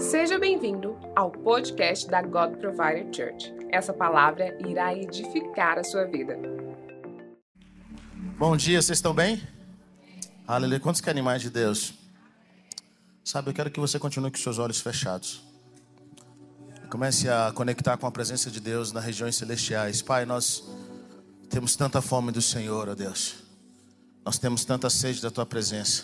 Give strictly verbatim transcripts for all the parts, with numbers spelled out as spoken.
Seja bem-vindo ao podcast da God Provider Church. Essa palavra irá edificar a sua vida. Bom dia, vocês estão bem? Aleluia. Quantos querem mais de Deus? Sabe, eu quero que você continue com seus olhos fechados. Comece a conectar com a presença de Deus nas regiões celestiais. Pai, nós temos tanta fome do Senhor, ó Deus. Nós temos tanta sede da Tua presença.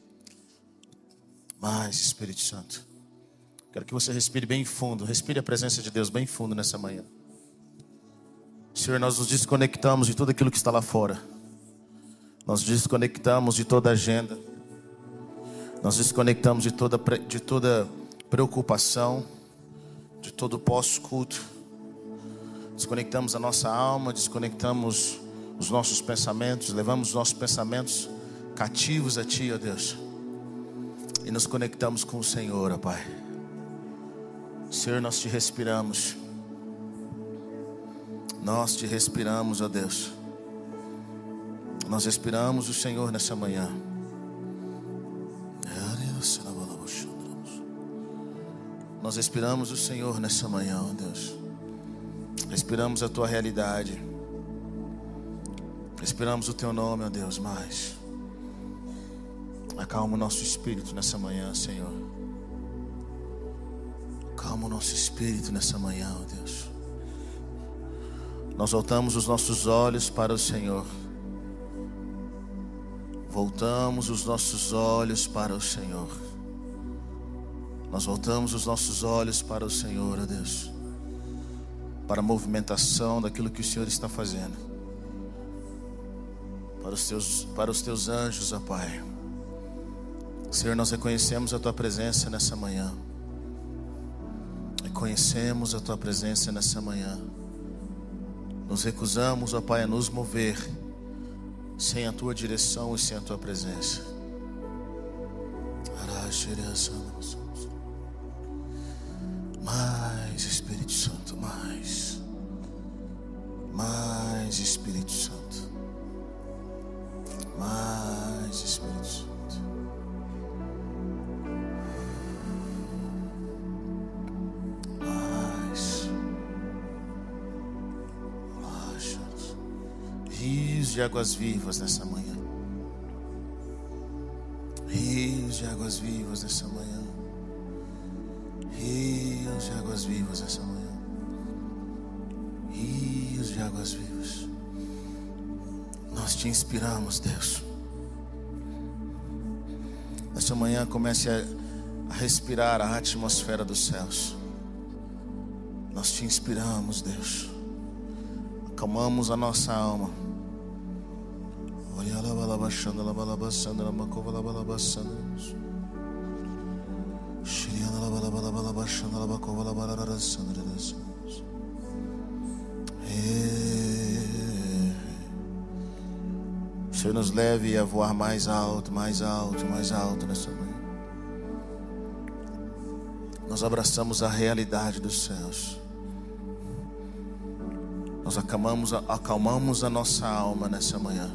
Mais, Espírito Santo. Quero que você respire bem fundo. Respire a presença de Deus bem fundo nessa manhã. Senhor, nós nos desconectamos de tudo aquilo que está lá fora. Nós desconectamos de toda agenda. Nós desconectamos de toda, de toda preocupação, de todo pós-culto. Desconectamos a nossa alma, desconectamos os nossos pensamentos, levamos os nossos pensamentos cativos a Ti, ó Deus. E nos conectamos com o Senhor, ó Pai. Senhor, nós Te respiramos. Nós Te respiramos, ó Deus. Nós respiramos o Senhor nessa manhã. Nós respiramos o Senhor nessa manhã, ó Deus. Respiramos a Tua realidade. Respiramos o Teu nome, ó Deus, mais. Acalma o nosso espírito nessa manhã, Senhor. Acalma o nosso espírito nessa manhã, ó Deus. Nós voltamos os nossos olhos para o Senhor. Voltamos os nossos olhos para o Senhor. Nós voltamos os nossos olhos para o Senhor, ó Deus. Para a movimentação daquilo que o Senhor está fazendo. Para os teus, para os teus anjos, ó Pai. Senhor, nós reconhecemos a Tua presença nessa manhã. Reconhecemos a Tua presença nessa manhã. Nos recusamos, ó Pai, a nos mover sem a Tua direção e sem a Tua presença. Mais Espírito Santo, mais. Mais Espírito Santo. Mais Espírito Santo. Mais. Mais. Rios de águas vivas nessa manhã. Rios de águas vivas nessa manhã. Rios de águas vivas nessa manhã. Rios de águas vivas. Nós Te inspiramos, Deus. Nessa manhã comece a, a respirar a atmosfera dos céus. Nós Te inspiramos, Deus. Acalmamos a nossa alma. O Senhor nos leve a voar mais alto, mais alto, mais alto nessa manhã. Nós abraçamos a realidade dos céus. Nós acalmamos a, acalmamos a nossa alma nessa manhã.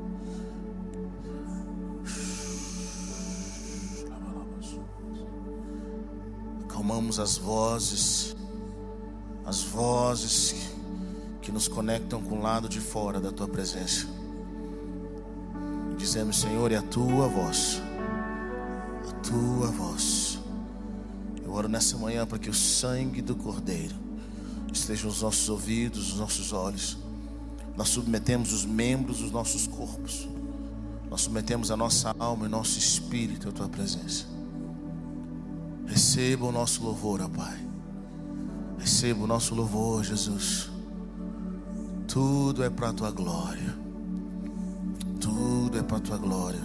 Acalmamos as vozes, as vozes que, que nos conectam com o lado de fora da Tua presença. Dizemos, Senhor, é a Tua voz, a Tua voz. Eu oro nessa manhã para que o sangue do Cordeiro esteja nos nossos ouvidos, nos nossos olhos. Nós submetemos os membros dos nossos corpos. Nós submetemos a nossa alma e nosso espírito à Tua presença. Receba o nosso louvor, ó Pai. Receba o nosso louvor, Jesus. Tudo é para a Tua glória. Tudo é para a Tua glória.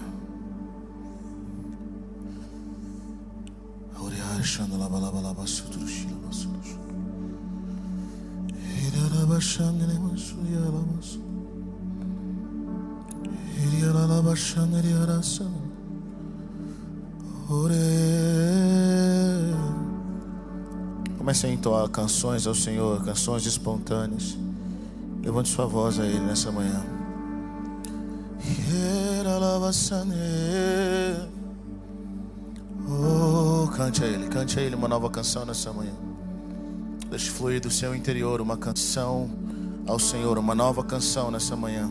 Comece a entoar canções ao Senhor, canções espontâneas. Levante sua voz a Ele nessa manhã. Oh, Cante a Ele, cante a Ele uma nova canção nessa manhã. Deixe fluir do seu interior uma canção ao Senhor, uma nova canção nessa manhã.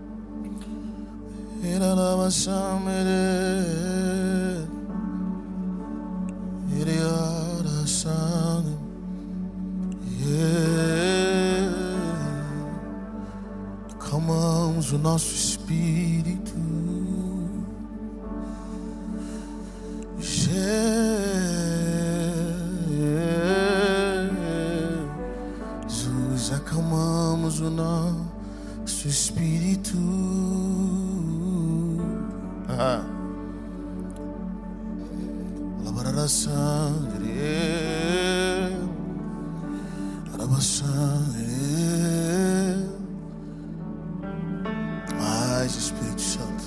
Acalmamos o nosso espírito. Jesus, acalmamos o nosso espírito. Ah. Mais Espírito Santo.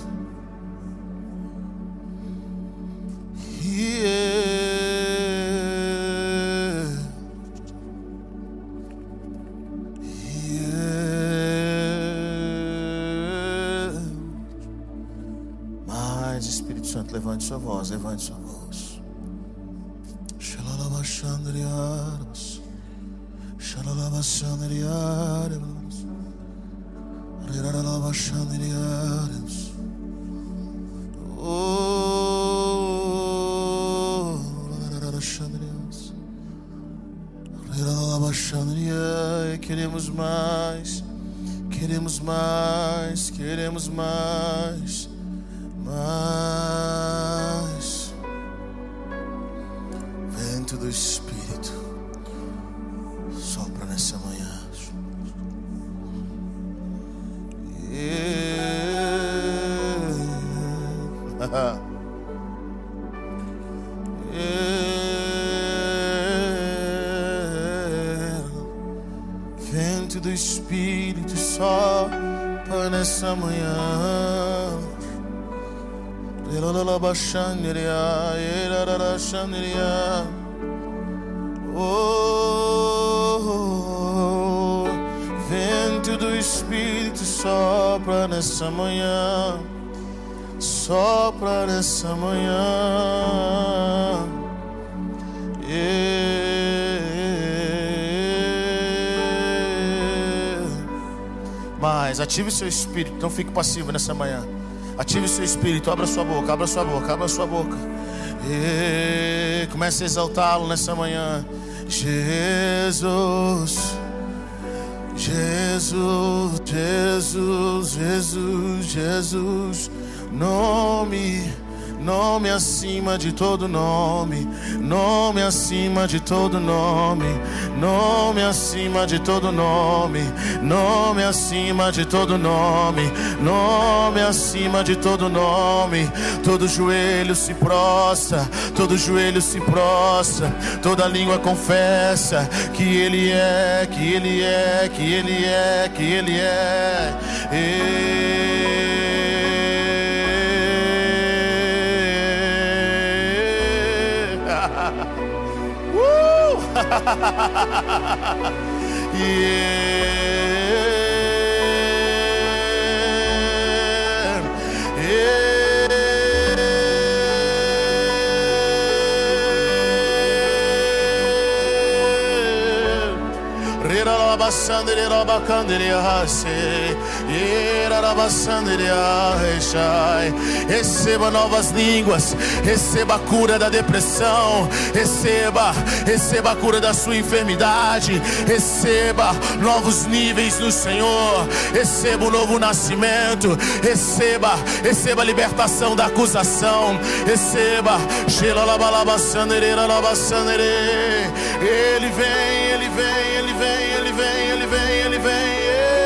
Mais Espírito Santo, levante sua voz, levante sua voz. Shalalabashandriarabas, shalalabashandriarabas, rirarabashandriarabas. Oh, rirarabashandriarabas, rirarabashandriarabas. Queremos mais, queremos mais, queremos mais. Mas vento do Espírito sopra nessa manhã. Yeah. Yeah. Vento do Espírito sopra nessa manhã. Oh, vento do Espírito sopra nessa manhã, sopra nessa manhã. Yeah. Mas ative seu espírito, não fique passivo nessa manhã. Ative seu espírito, abra sua boca, abra sua boca, abra sua boca. E comece a exaltá-lo nessa manhã. Jesus, Jesus, Jesus, Jesus, Jesus, nome, nome acima de todo nome, nome acima de todo nome, nome acima de todo nome, nome acima de todo nome, nome acima de todo nome. Todo joelho se prostra, todo joelho se prostra, toda língua confessa que Ele é, que Ele é, que Ele é, que Ele é. E... Uh! Yeah. Yeah. Receba novas línguas, receba a cura da depressão, receba, receba a cura da sua enfermidade, receba novos níveis no Senhor, receba o novo nascimento, receba, receba a libertação da acusação, receba. Ele vem, Ele vem, Ele vem, Ele vem, Ele vem, Ele vem.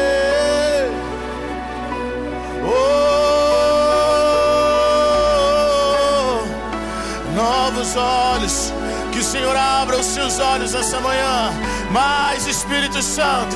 Oh, novos olhos, que o Senhor abra os seus olhos nessa manhã. Mais Espírito Santo.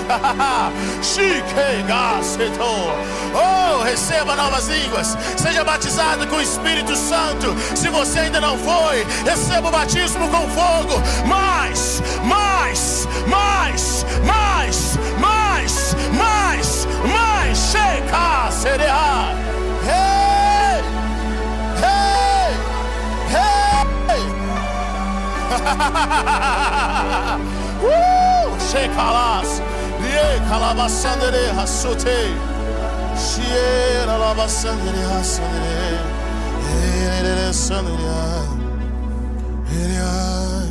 Oh, receba novas línguas, seja batizado com o Espírito Santo. Se você ainda não foi, receba o batismo com fogo. Mais, mais, mais, mais, mais, mais, mais. Checa, serear. Hey, hey, hey. Uh! Shekalas. Rie kalabasandere hasote. Shiera labasandere hasandere. Ere sandere. Ere.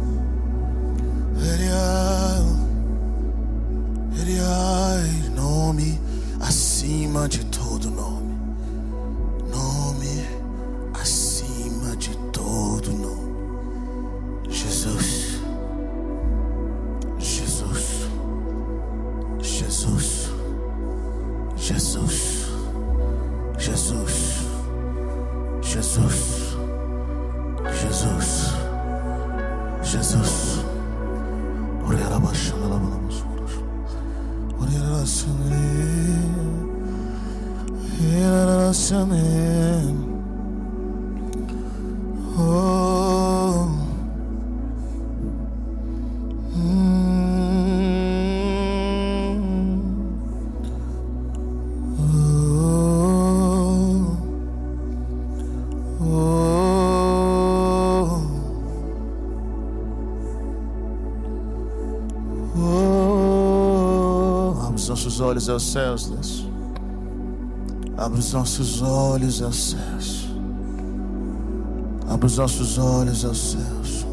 Ele é nome acima de todo nome. Nome acima de todo nome. Jesus. Jesus. Jesus. Jesus. Jesus. Jesus. Jesus. Jesus. Oriara baixando lá vamos. Oriara sangre. Oriara sangre. Oh. Nossos olhos aos céus, Deus. Abre os nossos olhos aos céus. Abre os nossos olhos aos céus.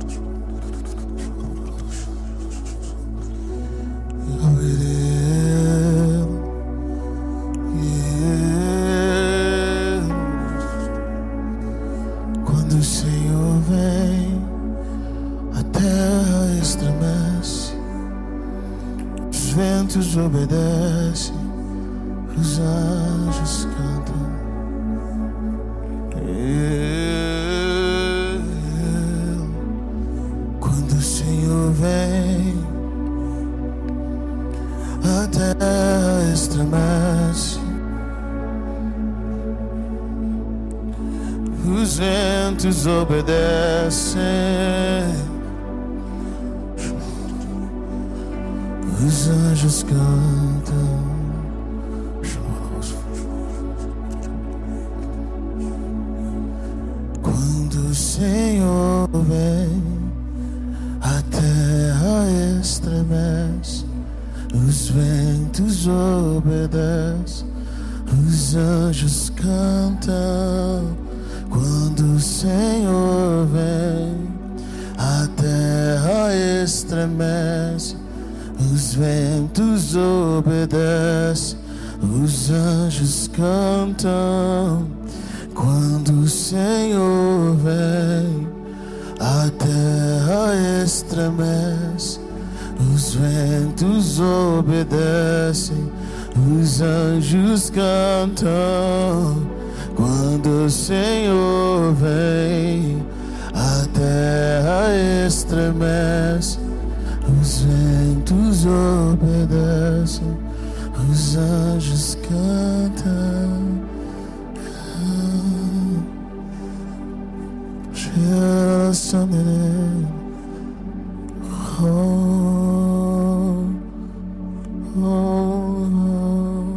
Quando o Senhor vem, a terra estremece. Os ventos obedecem, os anjos cantam. Eu, quando o Senhor vem, a terra estremece. Os ventos obedecem. Os anjos cantam. Quando o Senhor vem, a terra estremece. Os ventos obedecem. Os anjos cantam. Quando o Senhor vem, a terra estremece. Os ventos obedecem, os anjos cantam. Quando o Senhor vem, a terra estremece. Os ventos obedecem, os anjos cantam. Quando o Senhor vem, a terra estremece. Os ventos obedecem, os anjos cantam. Oh, oh, oh.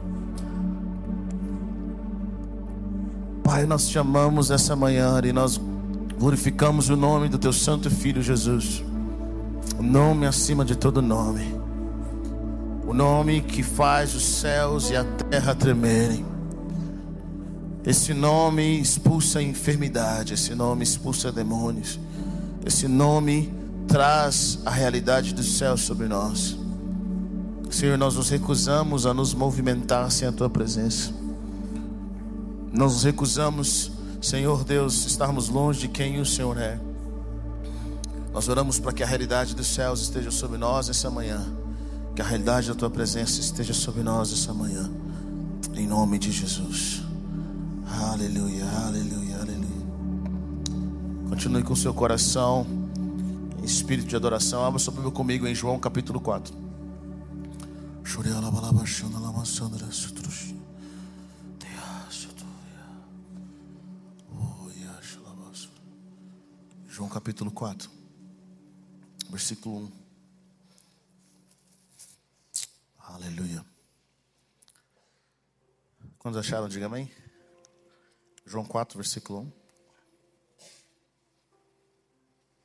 Pai, nós te amamos essa manhã e nós glorificamos o nome do teu santo Filho Jesus. O nome acima de todo nome. O nome que faz os céus e a terra tremerem. Esse nome expulsa a enfermidade. Esse nome expulsa demônios. Esse nome traz a realidade dos céus sobre nós. Senhor, nós nos recusamos a nos movimentar sem a tua presença. Nós nos recusamos, Senhor Deus, estarmos longe de quem o Senhor é. Nós oramos para que a realidade dos céus esteja sobre nós essa manhã. Que a realidade da tua presença esteja sobre nós essa manhã. Em nome de Jesus. Aleluia, aleluia, aleluia. Continue com o seu coração em espírito de adoração. Abra sua Bíblia comigo em João capítulo quatro. João capítulo quatro, versículo um. Aleluia. Quantos acharam? Diga amém. João quatro, versículo um.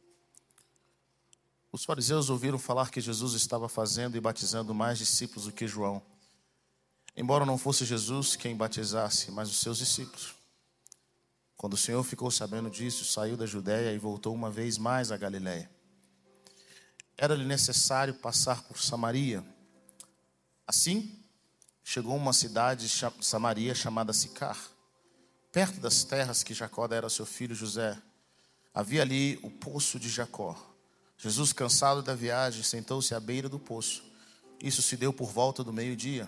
Os fariseus ouviram falar que Jesus estava fazendo e batizando mais discípulos do que João, embora não fosse Jesus quem batizasse, mas os seus discípulos. Quando o Senhor ficou sabendo disso, saiu da Judéia e voltou uma vez mais à Galiléia. Era-lhe necessário passar por Samaria. Assim, chegou a uma cidade de Samaria chamada Sicar, perto das terras que Jacó dera ao seu filho José. Havia ali o poço de Jacó. Jesus, cansado da viagem, sentou-se à beira do poço. Isso se deu por volta do meio-dia.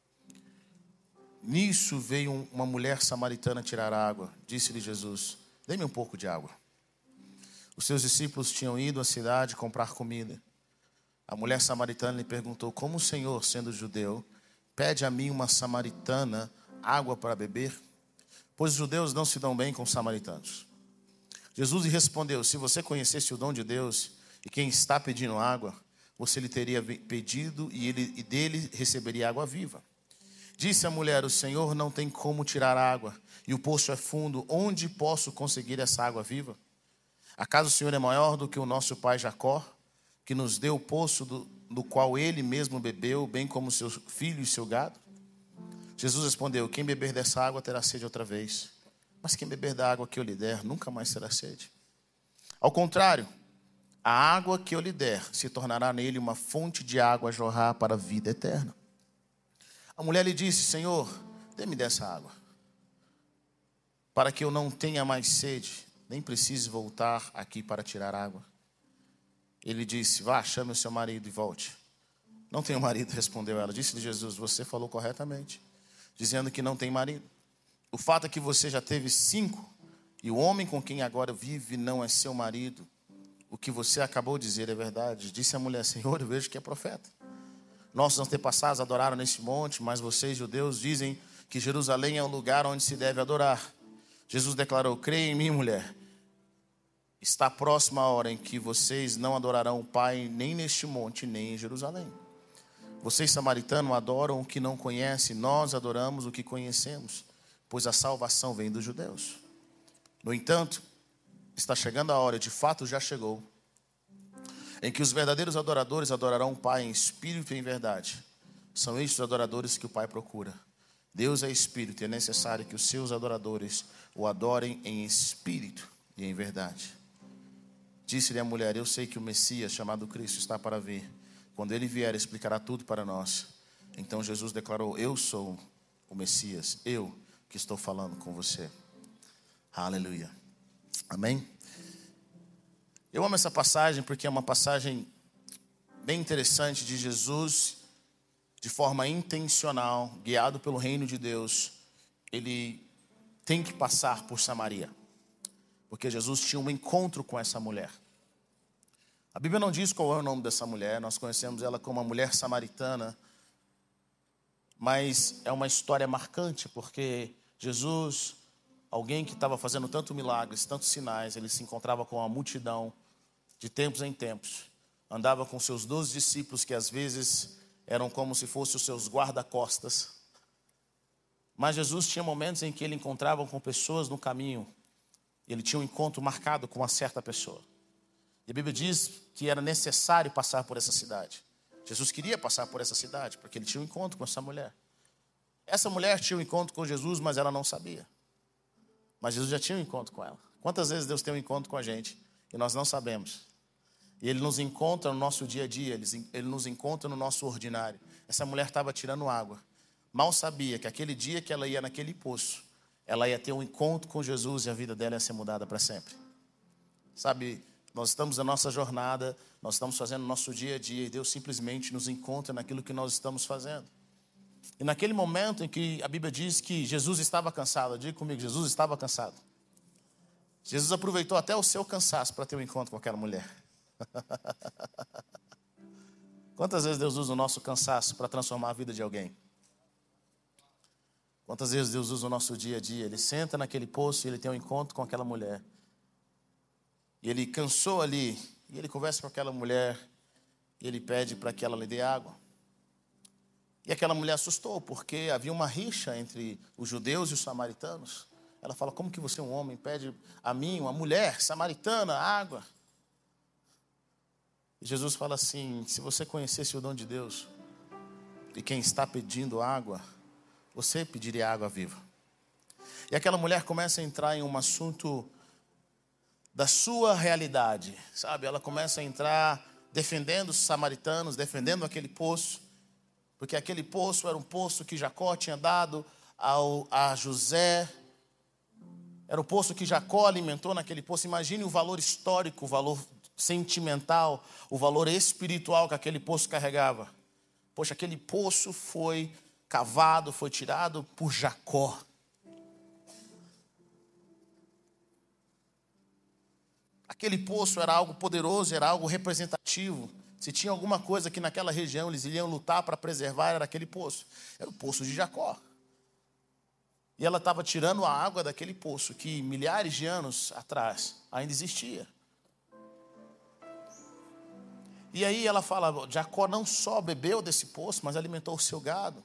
Nisso veio uma mulher samaritana tirar água. Disse-lhe Jesus: dê-me um pouco de água. Os seus discípulos tinham ido à cidade comprar comida. A mulher samaritana lhe perguntou: como o Senhor, sendo judeu, pede a mim, uma samaritana, água para beber? Pois os judeus não se dão bem com os samaritanos. Jesus lhe respondeu: se você conhecesse o dom de Deus e quem está pedindo água, você lhe teria pedido e, ele, e dele receberia água viva. Disse a mulher: o Senhor não tem como tirar água, e o poço é fundo. Onde posso conseguir essa água viva? Acaso o Senhor é maior do que o nosso pai Jacó, que nos deu o poço do, do qual ele mesmo bebeu, bem como seu filho e seu gado? Jesus respondeu: quem beber dessa água terá sede outra vez, mas quem beber da água que eu lhe der, nunca mais terá sede. Ao contrário, a água que eu lhe der se tornará nele uma fonte de água a jorrar para a vida eterna. A mulher lhe disse: Senhor, dê-me dessa água, para que eu não tenha mais sede, nem precise voltar aqui para tirar água. Ele disse: vá, chame o seu marido e volte. Não tenho marido, respondeu ela. Disse-lhe Jesus: você falou corretamente, dizendo que não tem marido. O fato é que você já teve cinco, e o homem com quem agora vive não é seu marido. O que você acabou de dizer é verdade. Disse a mulher: Senhor, eu vejo que é profeta. Nossos antepassados adoraram neste monte, mas vocês, judeus, dizem que Jerusalém é o lugar onde se deve adorar. Jesus declarou: creia em mim, mulher. Está próxima a hora em que vocês não adorarão o Pai nem neste monte, nem em Jerusalém. Vocês, samaritanos, adoram o que não conhecem, nós adoramos o que conhecemos, pois a salvação vem dos judeus. No entanto, está chegando a hora, de fato já chegou, em que os verdadeiros adoradores adorarão o Pai em espírito e em verdade. São estes os adoradores que o Pai procura. Deus é espírito e é necessário que os seus adoradores o adorem em espírito e em verdade. Disse-lhe a mulher: eu sei que o Messias, chamado Cristo, está para vir. Quando ele vier, explicará tudo para nós. Então Jesus declarou: eu sou o Messias, eu que estou falando com você. Aleluia. Amém? Eu amo essa passagem porque é uma passagem bem interessante de Jesus, de forma intencional, guiado pelo reino de Deus. Ele tem que passar por Samaria, porque Jesus tinha um encontro com essa mulher. A Bíblia não diz qual é o nome dessa mulher, nós conhecemos ela como uma mulher samaritana, mas é uma história marcante, porque Jesus, alguém que estava fazendo tantos milagres, tantos sinais, ele se encontrava com uma multidão de tempos em tempos. Andava com seus doze discípulos, que às vezes eram como se fossem os seus guarda-costas. Mas Jesus tinha momentos em que ele encontrava com pessoas no caminho. Ele tinha um encontro marcado com uma certa pessoa. E a Bíblia diz que era necessário passar por essa cidade. Jesus queria passar por essa cidade, porque ele tinha um encontro com essa mulher. Essa mulher tinha um encontro com Jesus, mas ela não sabia. Mas Jesus já tinha um encontro com ela. Quantas vezes Deus tem um encontro com a gente e nós não sabemos? E Ele nos encontra no nosso dia a dia, Ele nos encontra no nosso ordinário. Essa mulher estava tirando água. Mal sabia que aquele dia que ela ia naquele poço, ela ia ter um encontro com Jesus e a vida dela ia ser mudada para sempre. Sabe, nós estamos na nossa jornada, nós estamos fazendo o nosso dia a dia e Deus simplesmente nos encontra naquilo que nós estamos fazendo. E naquele momento em que a Bíblia diz que Jesus estava cansado, diga comigo, Jesus estava cansado. Jesus aproveitou até o seu cansaço para ter um encontro com aquela mulher. Quantas vezes Deus usa o nosso cansaço para transformar a vida de alguém? Quantas vezes Deus usa o nosso dia a dia? Ele senta naquele poço e ele tem um encontro com aquela mulher. E ele cansou ali, e ele conversa com aquela mulher, e ele pede para que ela lhe dê água. E aquela mulher assustou, porque havia uma rixa entre os judeus e os samaritanos. Ela fala: como que você, um homem, pede a mim, uma mulher samaritana, água? E Jesus fala assim: se você conhecesse o dom de Deus, e quem está pedindo água, você pediria água viva. E aquela mulher começa a entrar em um assunto da sua realidade, sabe? Ela começa a entrar defendendo os samaritanos, defendendo aquele poço, porque aquele poço era um poço que Jacó tinha dado ao, a José. Era o poço que Jacó alimentou naquele poço. Imagine o valor histórico, o valor sentimental, o valor espiritual que aquele poço carregava. Poxa, aquele poço foi cavado, foi tirado por Jacó. Aquele poço era algo poderoso, era algo representativo. Se tinha alguma coisa que naquela região eles iriam lutar para preservar, era aquele poço. Era o poço de Jacó. E ela estava tirando a água daquele poço que milhares de anos atrás ainda existia. E aí ela fala, Jacó não só bebeu desse poço, mas alimentou o seu gado.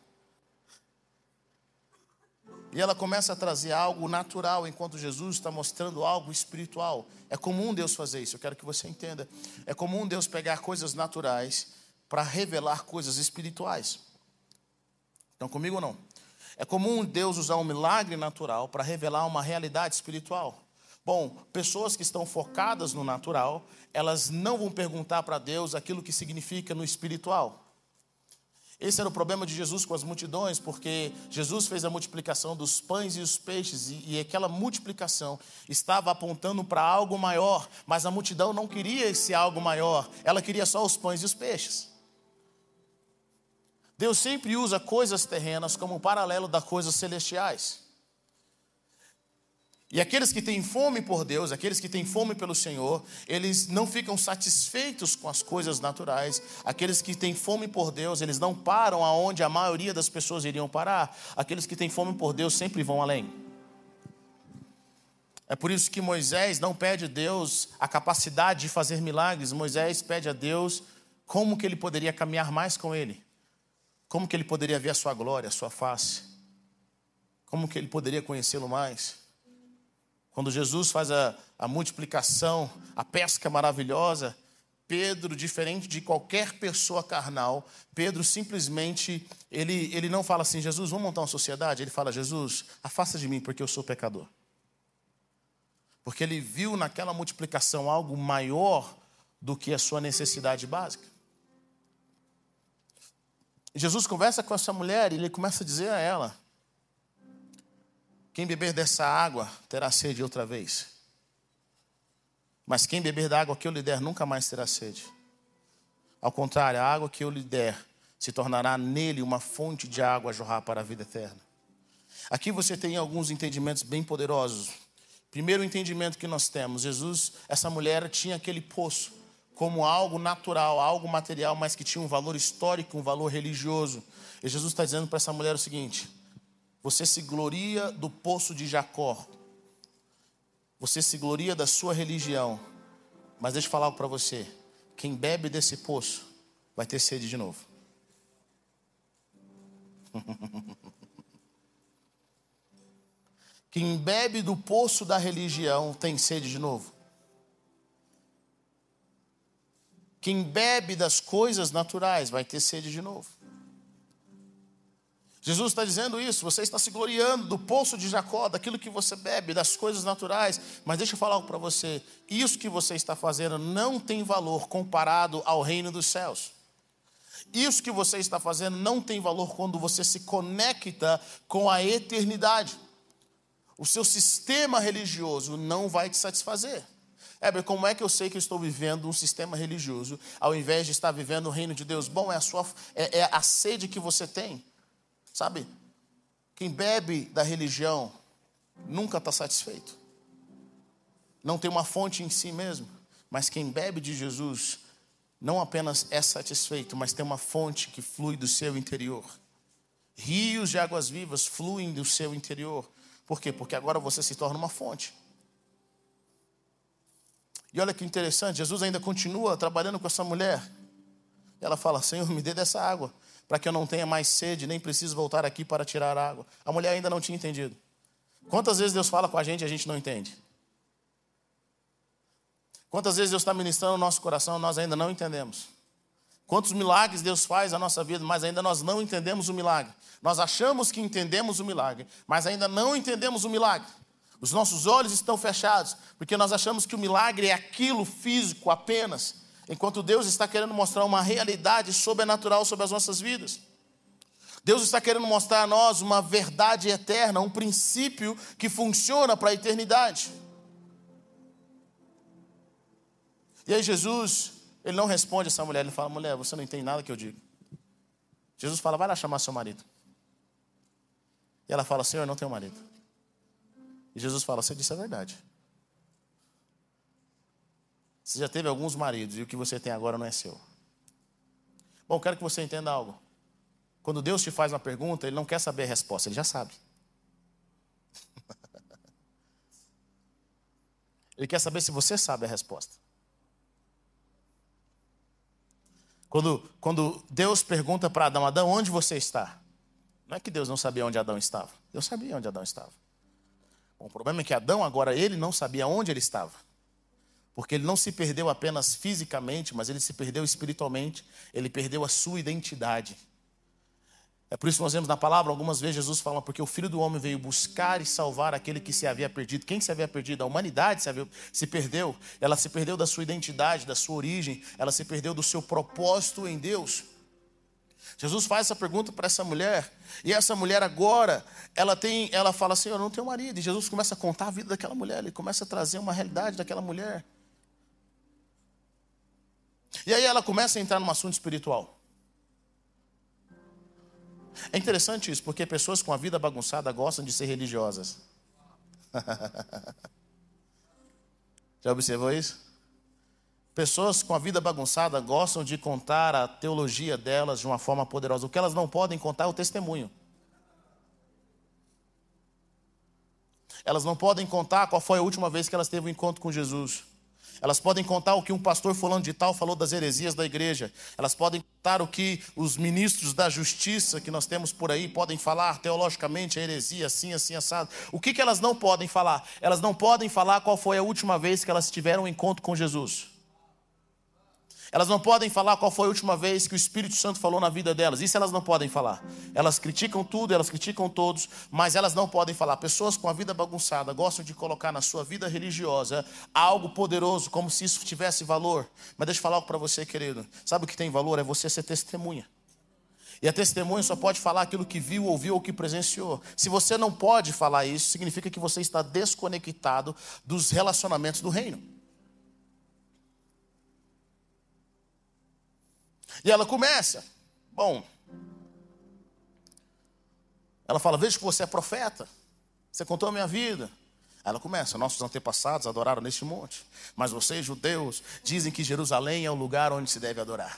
E ela começa a trazer algo natural, enquanto Jesus está mostrando algo espiritual. É comum Deus fazer isso, eu quero que você entenda. É comum Deus pegar coisas naturais para revelar coisas espirituais. Estão comigo ou não? É comum Deus usar um milagre natural para revelar uma realidade espiritual. Bom, pessoas que estão focadas no natural, elas não vão perguntar para Deus aquilo que significa no espiritual. Esse era o problema de Jesus com as multidões, porque Jesus fez a multiplicação dos pães e os peixes, e, e aquela multiplicação estava apontando para algo maior, mas a multidão não queria esse algo maior, ela queria só os pães e os peixes. Deus sempre usa coisas terrenas como um paralelo das coisas celestiais. E aqueles que têm fome por Deus, aqueles que têm fome pelo Senhor, eles não ficam satisfeitos com as coisas naturais. Aqueles que têm fome por Deus, eles não param aonde a maioria das pessoas iriam parar. Aqueles que têm fome por Deus sempre vão além. É por isso que Moisés não pede a Deus a capacidade de fazer milagres. Moisés pede a Deus como que ele poderia caminhar mais com ele. Como que ele poderia ver a sua glória, a sua face. Como que ele poderia conhecê-lo mais. Quando Jesus faz a, a multiplicação, a pesca maravilhosa, Pedro, diferente de qualquer pessoa carnal, Pedro simplesmente, ele, ele não fala assim, Jesus, vamos montar uma sociedade? Ele fala, Jesus, afasta de mim porque eu sou pecador. Porque ele viu naquela multiplicação algo maior do que a sua necessidade básica. E Jesus conversa com essa mulher e ele começa a dizer a ela, quem beber dessa água terá sede outra vez. Mas quem beber da água que eu lhe der nunca mais terá sede. Ao contrário, a água que eu lhe der se tornará nele uma fonte de água a jorrar para a vida eterna. Aqui você tem alguns entendimentos bem poderosos. Primeiro entendimento que nós temos, Jesus, essa mulher tinha aquele poço como algo natural, algo material, mas que tinha um valor histórico, um valor religioso. E Jesus está dizendo para essa mulher o seguinte, você se gloria do poço de Jacó. Você se gloria da sua religião. Mas deixa eu falar algo para você. Quem bebe desse poço vai ter sede de novo. Quem bebe do poço da religião tem sede de novo. Quem bebe das coisas naturais vai ter sede de novo. Jesus está dizendo isso, você está se gloriando do poço de Jacó, daquilo que você bebe, das coisas naturais. Mas deixa eu falar algo para você, isso que você está fazendo não tem valor comparado ao reino dos céus. Isso que você está fazendo não tem valor quando você se conecta com a eternidade. O seu sistema religioso não vai te satisfazer. Heber, como é que eu sei que eu estou vivendo um sistema religioso ao invés de estar vivendo o reino de Deus? Bom, é a, sua, é, é a sede que você tem. Sabe, quem bebe da religião nunca está satisfeito. Não tem uma fonte em si mesmo. Mas quem bebe de Jesus não apenas é satisfeito, mas tem uma fonte que flui do seu interior. Rios de águas vivas fluem do seu interior. Por quê? Porque agora você se torna uma fonte. E olha que interessante, Jesus ainda continua trabalhando com essa mulher. Ela fala, Senhor, me dê dessa água, para que eu não tenha mais sede, nem preciso voltar aqui para tirar água. A mulher ainda não tinha entendido. Quantas vezes Deus fala com a gente e a gente não entende? Quantas vezes Deus está ministrando no nosso coração, nós ainda não entendemos. Quantos milagres Deus faz na nossa vida, mas ainda nós não entendemos o milagre. Nós achamos que entendemos o milagre, mas ainda não entendemos o milagre. Os nossos olhos estão fechados, porque nós achamos que o milagre é aquilo físico apenas, enquanto Deus está querendo mostrar uma realidade sobrenatural sobre as nossas vidas. Deus está querendo mostrar a nós uma verdade eterna, um princípio que funciona para a eternidade. E aí Jesus, ele não responde a essa mulher, ele fala: mulher, você não entende nada que eu digo. Jesus fala: vai lá chamar seu marido. E ela fala: Senhor, não tenho marido. E Jesus fala: você disse a verdade. Você já teve alguns maridos e o que você tem agora não é seu. Bom, quero que você entenda algo. Quando Deus te faz uma pergunta, Ele não quer saber a resposta, Ele já sabe. Ele quer saber se você sabe a resposta. Quando, quando Deus pergunta para Adão: Adão, onde você está? Não é que Deus não sabia onde Adão estava. Deus sabia onde Adão estava. Bom, o problema é que Adão agora, ele não sabia onde ele estava. Porque ele não se perdeu apenas fisicamente, mas ele se perdeu espiritualmente. Ele perdeu a sua identidade. É por isso que nós vemos na palavra, algumas vezes Jesus fala: porque o Filho do Homem veio buscar e salvar aquele que se havia perdido. Quem se havia perdido? A humanidade se, havia, se perdeu. Ela se perdeu da sua identidade, da sua origem. Ela se perdeu do seu propósito em Deus. Jesus faz essa pergunta para essa mulher. E essa mulher agora, ela, tem, ela fala assim: eu não tenho marido. E Jesus começa a contar a vida daquela mulher. Ele começa a trazer uma realidade daquela mulher. E aí ela começa a entrar num assunto espiritual. É interessante isso, porque pessoas com a vida bagunçada gostam de ser religiosas. Já observou isso? Pessoas com a vida bagunçada gostam de contar a teologia delas de uma forma poderosa. O que elas não podem contar é o testemunho. Elas não podem contar qual foi a última vez que elas teve um encontro com Jesus. Elas podem contar o que um pastor fulano de tal falou das heresias da igreja. Elas podem contar o que os ministros da justiça que nós temos por aí podem falar teologicamente, a heresia, assim, assim, assado. O que, que elas não podem falar? Elas não podem falar qual foi a última vez que elas tiveram um encontro com Jesus. Elas não podem falar qual foi a última vez que o Espírito Santo falou na vida delas. Isso elas não podem falar. Elas criticam tudo, elas criticam todos, mas elas não podem falar. Pessoas com a vida bagunçada gostam de colocar na sua vida religiosa algo poderoso, como se isso tivesse valor. Mas deixa eu falar algo para você, querido. Sabe o que tem valor? É você ser testemunha. E a testemunha só pode falar aquilo que viu, ouviu ou que presenciou. Se você não pode falar isso, significa que você está desconectado dos relacionamentos do reino. E ela começa, bom, ela fala: veja que você é profeta, você contou a minha vida. Aí ela começa: nossos antepassados adoraram neste monte, mas vocês, judeus, dizem que Jerusalém é o lugar onde se deve adorar.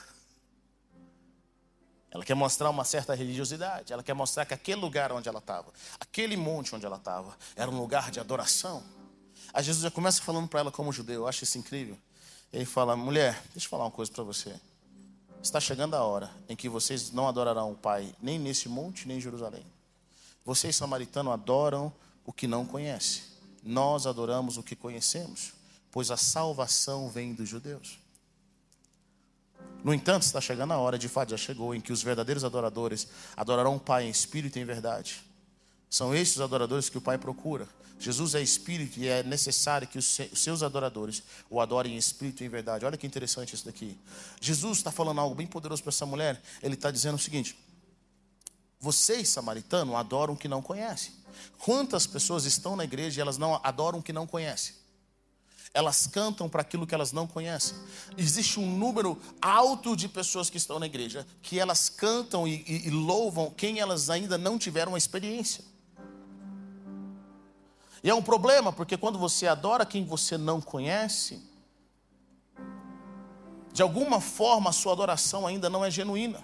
Ela quer mostrar uma certa religiosidade, ela quer mostrar que aquele lugar onde ela estava, aquele monte onde ela estava, era um lugar de adoração. Aí Jesus já começa falando para ela como judeu, eu acho isso incrível. Ele fala: mulher, deixa eu falar uma coisa para você. Está chegando a hora em que vocês não adorarão o Pai nem nesse monte, nem em Jerusalém. Vocês, samaritanos, adoram o que não conhecem. Nós adoramos o que conhecemos, pois a salvação vem dos judeus. No entanto, está chegando a hora, de fato já chegou, em que os verdadeiros adoradores adorarão o Pai em espírito e em verdade. São esses os adoradores que o Pai procura. Jesus é espírito e é necessário que os seus adoradores o adorem em espírito e em verdade. Olha que interessante isso daqui. Jesus está falando algo bem poderoso para essa mulher. Ele está dizendo o seguinte: vocês, samaritanos, adoram o que não conhecem. Quantas pessoas estão na igreja e elas não adoram o que não conhecem? Elas cantam para aquilo que elas não conhecem. Existe um número alto de pessoas que estão na igreja que elas cantam e, e, e louvam quem elas ainda não tiveram uma experiência. E é um problema, porque quando você adora quem você não conhece, de alguma forma a sua adoração ainda não é genuína.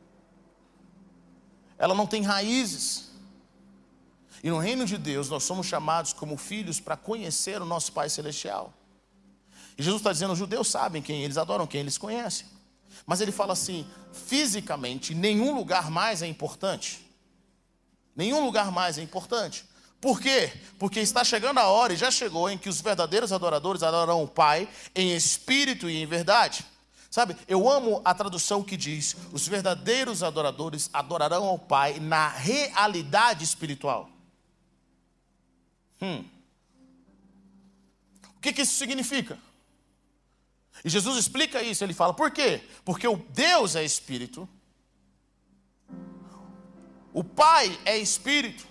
Ela não tem raízes. E no reino de Deus nós somos chamados como filhos para conhecer o nosso Pai Celestial. E Jesus está dizendo: os judeus sabem quem eles adoram, quem eles conhecem. Mas ele fala assim: fisicamente nenhum lugar mais é importante. Nenhum lugar mais é importante. Por quê? Porque está chegando a hora, e já chegou, em que os verdadeiros adoradores adorarão o Pai em espírito e em verdade. Sabe, eu amo a tradução que diz: os verdadeiros adoradores adorarão ao Pai na realidade espiritual. Hum. O que, que isso significa? E Jesus explica isso, ele fala, por quê? Porque o Deus é espírito, o Pai é espírito,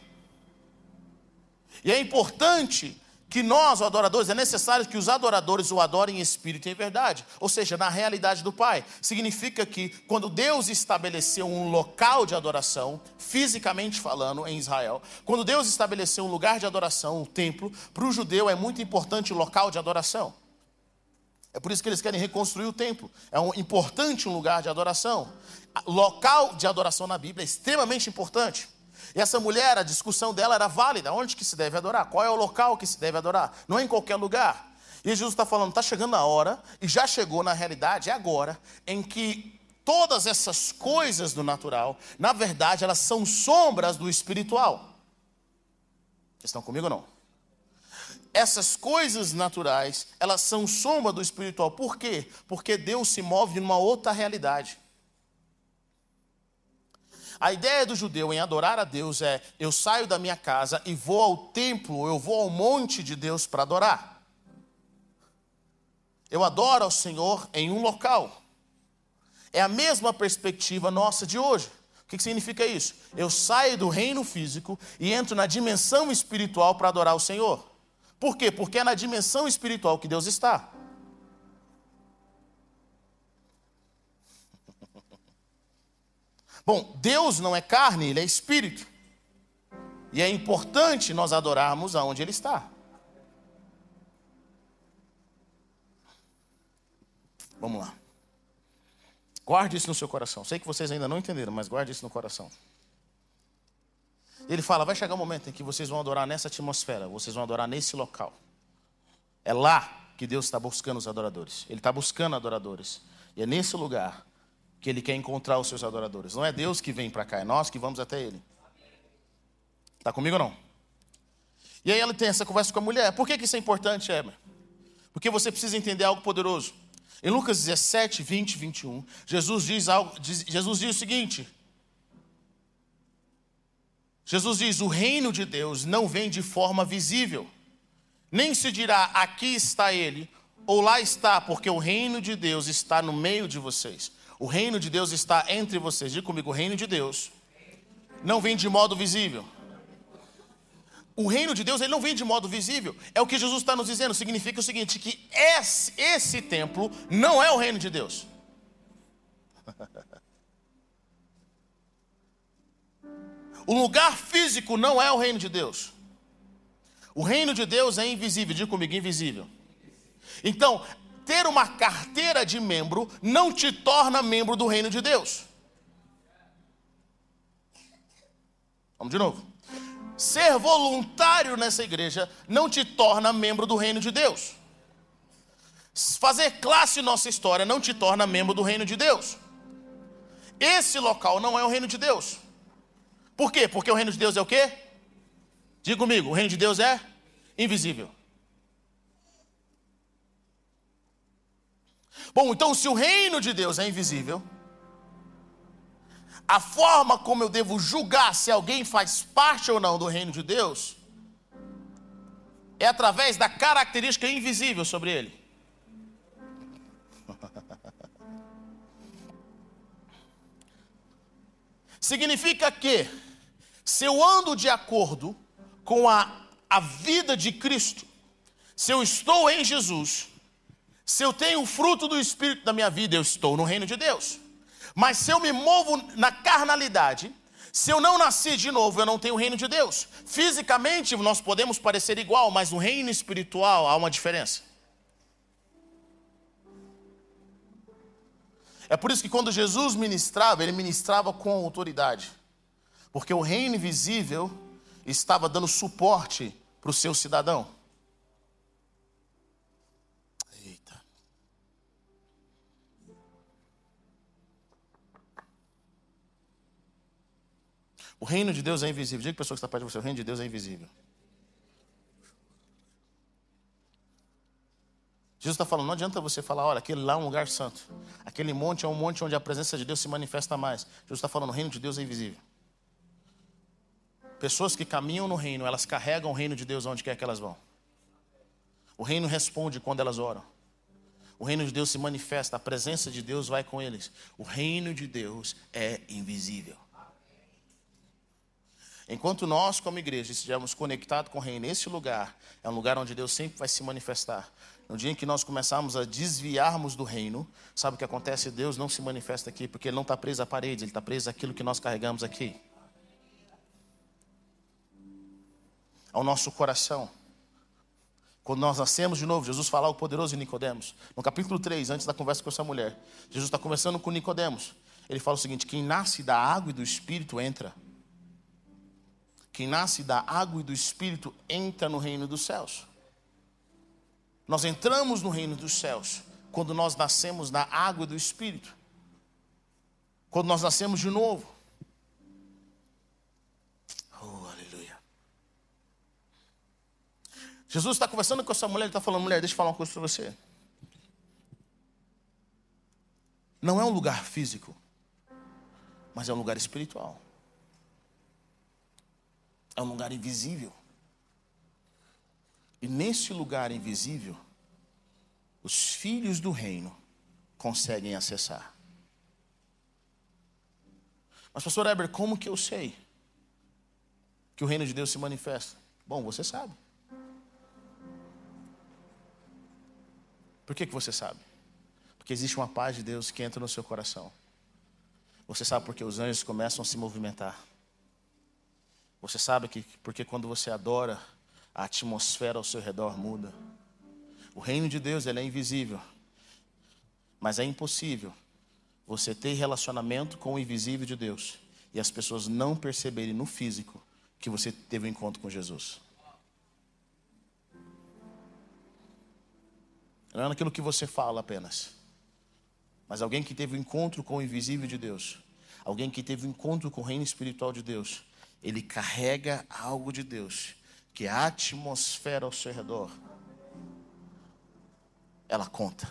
e é importante que nós, os adoradores, é necessário que os adoradores o adorem em espírito e em verdade, ou seja, na realidade do Pai. Significa que quando Deus estabeleceu um local de adoração, fisicamente falando, em Israel, quando Deus estabeleceu um lugar de adoração, um templo, para o judeu é muito importante o local de adoração. É por isso que eles querem reconstruir o templo. É um importante um lugar de adoração. Local de adoração na Bíblia é extremamente importante. E essa mulher, a discussão dela era válida. Onde que se deve adorar? Qual é o local que se deve adorar? Não é em qualquer lugar. E Jesus está falando, está chegando a hora, e já chegou na realidade, é agora, em que todas essas coisas do natural, na verdade, elas são sombras do espiritual. Vocês estão comigo ou não? Essas coisas naturais, elas são sombra do espiritual. Por quê? Porque Deus se move numa outra realidade. A ideia do judeu em adorar a Deus é, eu saio da minha casa e vou ao templo, eu vou ao monte de Deus para adorar. Eu adoro ao Senhor em um local. É a mesma perspectiva nossa de hoje. O que significa isso? Eu saio do reino físico e entro na dimensão espiritual para adorar o Senhor. Por quê? Porque é na dimensão espiritual que Deus está. Bom, Deus não é carne, Ele é espírito. E é importante nós adorarmos aonde Ele está. Vamos lá. Guarde isso no seu coração. Sei que vocês ainda não entenderam, mas guarde isso no coração. Ele fala, vai chegar um momento em que vocês vão adorar nessa atmosfera, vocês vão adorar nesse local. É lá que Deus está buscando os adoradores. Ele está buscando adoradores. E é nesse lugar que Ele quer encontrar os seus adoradores. Não é Deus que vem para cá, é nós que vamos até Ele. Está comigo ou não? E aí ele tem essa conversa com a mulher. Por que, que isso é importante, Eber? Porque você precisa entender algo poderoso. Em Lucas dezessete, vinte, vinte e um, Jesus diz, algo, diz, Jesus diz o seguinte. Jesus diz, o reino de Deus não vem de forma visível. Nem se dirá, aqui está Ele, ou lá está, porque o reino de Deus está no meio de vocês. O reino de Deus está entre vocês. Diga comigo, o reino de Deus não vem de modo visível. O reino de Deus, ele não vem de modo visível. É o que Jesus está nos dizendo. Significa o seguinte, que esse, esse templo não é o reino de Deus. O lugar físico não é o reino de Deus. O reino de Deus é invisível. Diga comigo, invisível. Então, ter uma carteira de membro não te torna membro do reino de Deus. Vamos de novo. Ser voluntário nessa igreja não te torna membro do reino de Deus. Fazer classe em nossa história não te torna membro do reino de Deus. Esse local não é o reino de Deus. Por quê? Porque o reino de Deus é o quê? Diga comigo, o reino de Deus é invisível. Bom, então se o reino de Deus é invisível, a forma como eu devo julgar se alguém faz parte ou não do reino de Deus é através da característica invisível sobre ele. Significa que se eu ando de acordo com a, a vida de Cristo, se eu estou em Jesus, se eu tenho o fruto do Espírito na minha vida, eu estou no reino de Deus. Mas se eu me movo na carnalidade, se eu não nasci de novo, eu não tenho o reino de Deus. Fisicamente nós podemos parecer igual, mas no reino espiritual há uma diferença. É por isso que quando Jesus ministrava, ele ministrava com autoridade. Porque o reino invisível estava dando suporte para o seu cidadão. Eita. O reino de Deus é invisível. Diga para a pessoa que está perto de você, o reino de Deus é invisível. Jesus está falando, não adianta você falar, olha, aquele lá é um lugar santo. Aquele monte é um monte onde a presença de Deus se manifesta mais. Jesus está falando, o reino de Deus é invisível. Pessoas que caminham no reino, elas carregam o reino de Deus onde quer que elas vão. O reino responde quando elas oram. O reino de Deus se manifesta, a presença de Deus vai com eles. O reino de Deus é invisível. Enquanto nós, como igreja, estivermos conectados com o reino, esse lugar é um lugar onde Deus sempre vai se manifestar. No dia em que nós começarmos a desviarmos do reino, sabe o que acontece? Deus não se manifesta aqui, porque Ele não está preso à parede, Ele está preso àquilo que nós carregamos aqui. Ao nosso coração. Quando nós nascemos de novo, Jesus fala ao poderoso Nicodemos. No capítulo três, antes da conversa com essa mulher, Jesus está conversando com Nicodemos. Ele fala o seguinte, quem nasce da água e do Espírito entra. Quem nasce da água e do Espírito entra no reino dos céus. Nós entramos no reino dos céus quando nós nascemos da água e do Espírito. Quando nós nascemos de novo. Oh, aleluia. Jesus está conversando com essa mulher, ele está falando, mulher, deixa eu falar uma coisa para você. Não é um lugar físico, mas é um lugar espiritual. É um lugar invisível. E nesse lugar invisível, os filhos do reino conseguem acessar. Mas pastor Heber, como que eu sei que o reino de Deus se manifesta? Bom, você sabe. Por que que você sabe? Porque existe uma paz de Deus que entra no seu coração. Você sabe porque os anjos começam a se movimentar. Você sabe que porque quando você adora, a atmosfera ao seu redor muda. O reino de Deus, ele é invisível. Mas é impossível você ter relacionamento com o invisível de Deus e as pessoas não perceberem no físico que você teve um encontro com Jesus. Não é naquilo que você fala apenas. Mas alguém que teve um encontro com o invisível de Deus, alguém que teve um encontro com o reino espiritual de Deus, ele carrega algo de Deus, que a atmosfera ao seu redor, ela conta.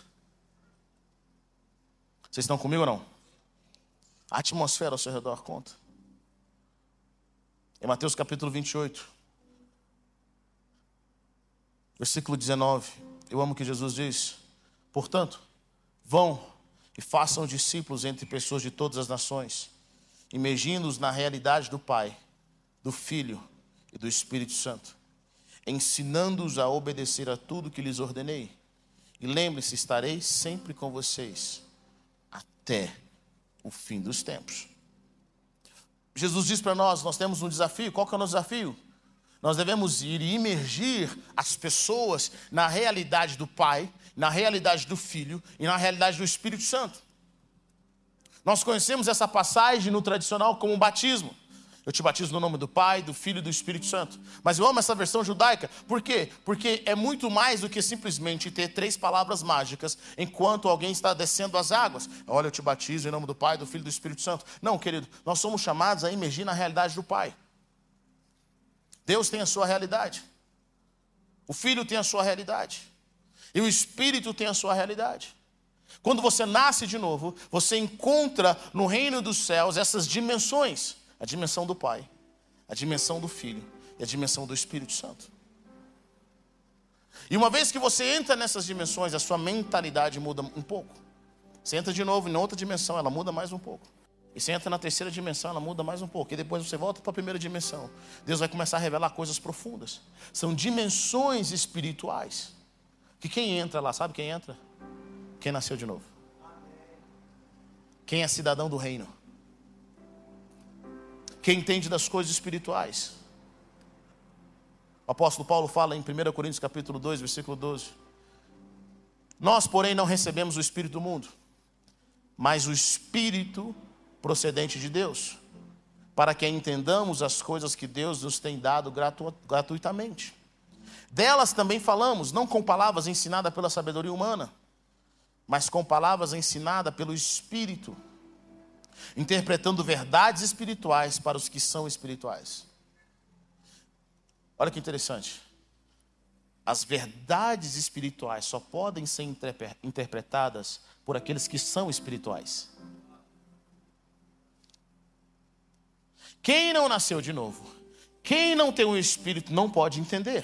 Vocês estão comigo ou não? A atmosfera ao seu redor conta. Em Mateus capítulo vinte e oito, versículo dezenove, eu amo o que Jesus diz. Portanto, vão e façam discípulos entre pessoas de todas as nações, imergindo-os na realidade do Pai, do Filho e do Espírito Santo, ensinando-os a obedecer a tudo que lhes ordenei. E lembre-se, estarei sempre com vocês até o fim dos tempos. Jesus diz para nós, nós temos um desafio. Qual que é o nosso desafio? Nós devemos ir e imergir as pessoas na realidade do Pai, na realidade do Filho e na realidade do Espírito Santo. Nós conhecemos essa passagem no tradicional como um batismo. Eu te batizo no nome do Pai, do Filho e do Espírito Santo. Mas eu amo essa versão judaica. Por quê? Porque é muito mais do que simplesmente ter três palavras mágicas enquanto alguém está descendo as águas. Olha, eu te batizo em nome do Pai, do Filho e do Espírito Santo. Não, querido, nós somos chamados a imergir na realidade do Pai. Deus tem a sua realidade. O Filho tem a sua realidade. E o Espírito tem a sua realidade. Quando você nasce de novo, você encontra no reino dos céus essas dimensões. A dimensão do Pai, a dimensão do Filho e a dimensão do Espírito Santo. E uma vez que você entra nessas dimensões, a sua mentalidade muda um pouco. Você entra de novo em outra dimensão, ela muda mais um pouco. E você entra na terceira dimensão, ela muda mais um pouco. E depois você volta para a primeira dimensão. Deus vai começar a revelar coisas profundas. São dimensões espirituais. Que quem entra lá, sabe quem entra? Quem nasceu de novo. Quem é cidadão do reino. Quem entende das coisas espirituais. O apóstolo Paulo fala em primeira Coríntios capítulo dois, versículo doze. Nós, porém, não recebemos o Espírito do mundo, mas o Espírito procedente de Deus, para que entendamos as coisas que Deus nos tem dado gratu- gratuitamente. Delas também falamos, não com palavras ensinadas pela sabedoria humana, mas com palavras ensinadas pelo Espírito, interpretando verdades espirituais para os que são espirituais. Olha que interessante. As verdades espirituais só podem ser interpretadas por aqueles que são espirituais. Quem não nasceu de novo, quem não tem um espírito, não pode entender.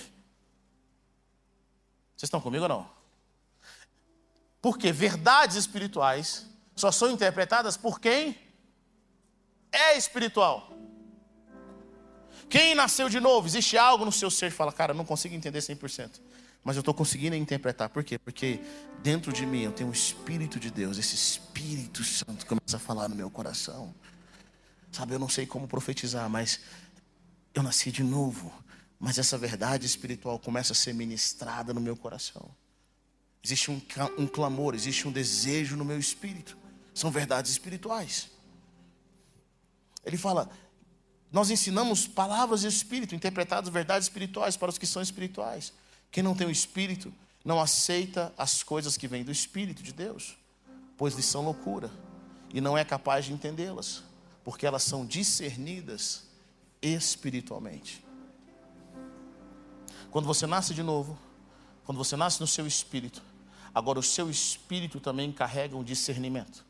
Vocês estão comigo ou não? Porque verdades espirituais só são interpretadas por quem é espiritual. Quem nasceu de novo, existe algo no seu ser que fala, cara, eu não consigo entender cem por cento. Mas eu estou conseguindo interpretar. Por quê? Porque dentro de mim eu tenho um Espírito de Deus. Esse Espírito Santo começa a falar no meu coração. Sabe, eu não sei como profetizar, mas eu nasci de novo. Mas essa verdade espiritual começa a ser ministrada no meu coração. Existe um, um clamor, existe um desejo no meu espírito. São verdades espirituais. Ele fala... Nós ensinamos palavras de espírito, interpretadas verdades espirituais para os que são espirituais. Quem não tem o espírito não aceita as coisas que vêm do Espírito de Deus, pois lhes são loucura e não é capaz de entendê-las, porque elas são discernidas espiritualmente. Quando você nasce de novo, quando você nasce no seu espírito, agora o seu espírito também carrega um discernimento.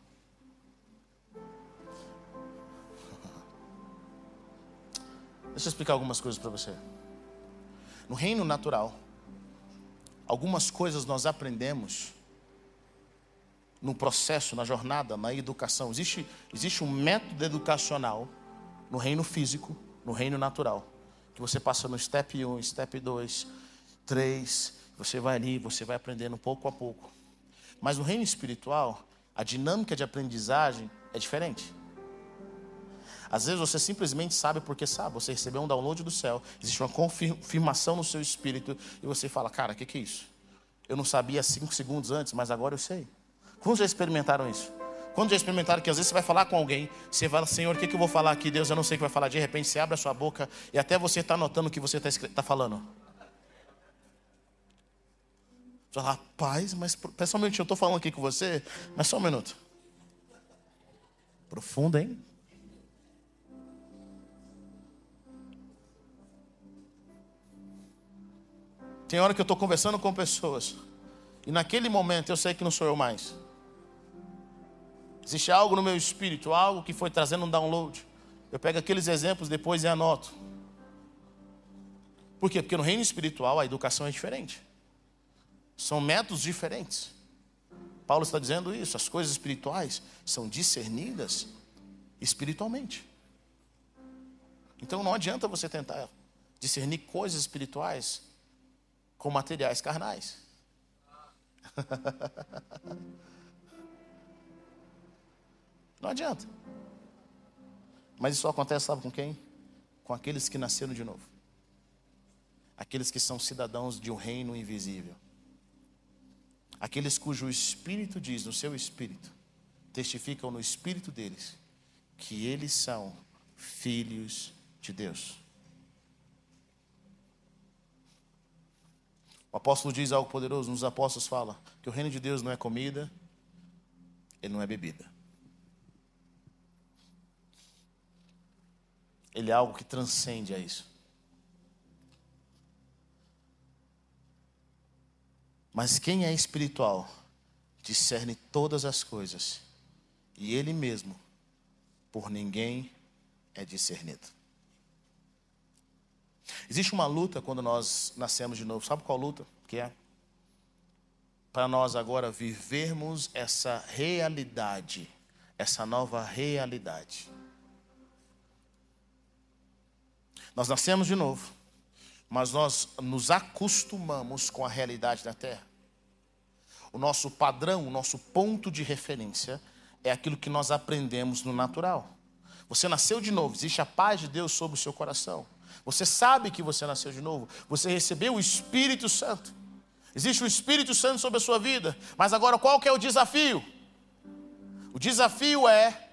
Deixa eu explicar algumas coisas para você. No reino natural, algumas coisas nós aprendemos no processo, na jornada, na educação. Existe, existe um método educacional no reino físico, no reino natural, que você passa no step um, step dois, três, você vai ali, você vai aprendendo pouco a pouco. Mas no reino espiritual, a dinâmica de aprendizagem é diferente. Às vezes você simplesmente sabe porque sabe. Você recebeu um download do céu. Existe uma confirmação no seu espírito. E você fala, cara, o que, que é isso? Eu não sabia cinco segundos antes, mas agora eu sei. Quando já experimentaram isso? Quando já experimentaram que às vezes você vai falar com alguém, você fala, Senhor, o que, que eu vou falar aqui? Deus, eu não sei o que vai falar. De repente você abre a sua boca e até você está notando o que você está tá falando. Você fala, rapaz, mas pessoalmente eu estou falando aqui com você, mas só um minuto. Profundo, hein? Tem hora que eu estou conversando com pessoas e naquele momento eu sei que não sou eu mais. Existe algo no meu espírito, algo que foi trazendo um download. Eu pego aqueles exemplos depois e anoto. Por quê? Porque no reino espiritual a educação é diferente. São métodos diferentes. Paulo está dizendo isso. As coisas espirituais são discernidas espiritualmente. Então não adianta você tentar discernir coisas espirituais com materiais carnais. Não adianta. Mas isso só acontece, sabe com quem? Com aqueles que nasceram de novo. Aqueles que são cidadãos de um reino invisível. Aqueles cujo espírito diz, no seu espírito, testificam no espírito deles, que eles são filhos de Deus. O apóstolo diz algo poderoso, nos apóstolos fala que o reino de Deus não é comida, ele não é bebida. Ele é algo que transcende a isso. Mas quem é espiritual discerne todas as coisas, e ele mesmo, por ninguém, é discernido. Existe uma luta quando nós nascemos de novo. Sabe qual luta que é? Para nós agora vivermos essa realidade, essa nova realidade. Nós nascemos de novo, mas nós nos acostumamos com a realidade da terra. O nosso padrão, o nosso ponto de referência é aquilo que nós aprendemos no natural. Você nasceu de novo, existe a paz de Deus sobre o seu coração. Você sabe que você nasceu de novo. Você recebeu o Espírito Santo. Existe o Espírito Santo sobre a sua vida. Mas agora qual que é o desafio? O desafio é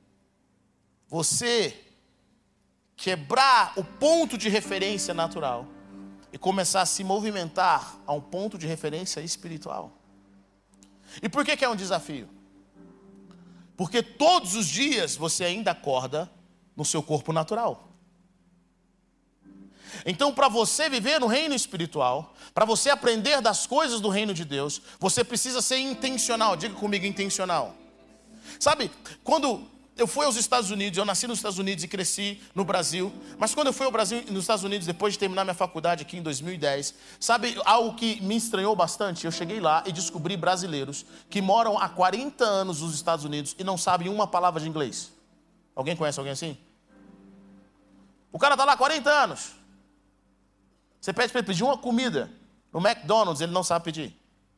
você quebrar o ponto de referência natural e começar a se movimentar a um ponto de referência espiritual. E por que que é um desafio? Porque todos os dias você ainda acorda no seu corpo natural. Então, para você viver no reino espiritual, para você aprender das coisas do reino de Deus, você precisa ser intencional. Diga comigo, intencional. Sabe, quando eu fui aos Estados Unidos, eu nasci nos Estados Unidos e cresci no Brasil, mas quando eu fui ao Brasil, nos Estados Unidos, depois de terminar minha faculdade aqui em dois mil e dez, sabe algo que me estranhou bastante? Eu cheguei lá e descobri brasileiros que moram há quarenta anos nos Estados Unidos e não sabem uma palavra de inglês. Alguém conhece alguém assim? O cara está lá há quarenta anos. Você pede para ele pedir uma comida no McDonald's, ele não sabe pedir.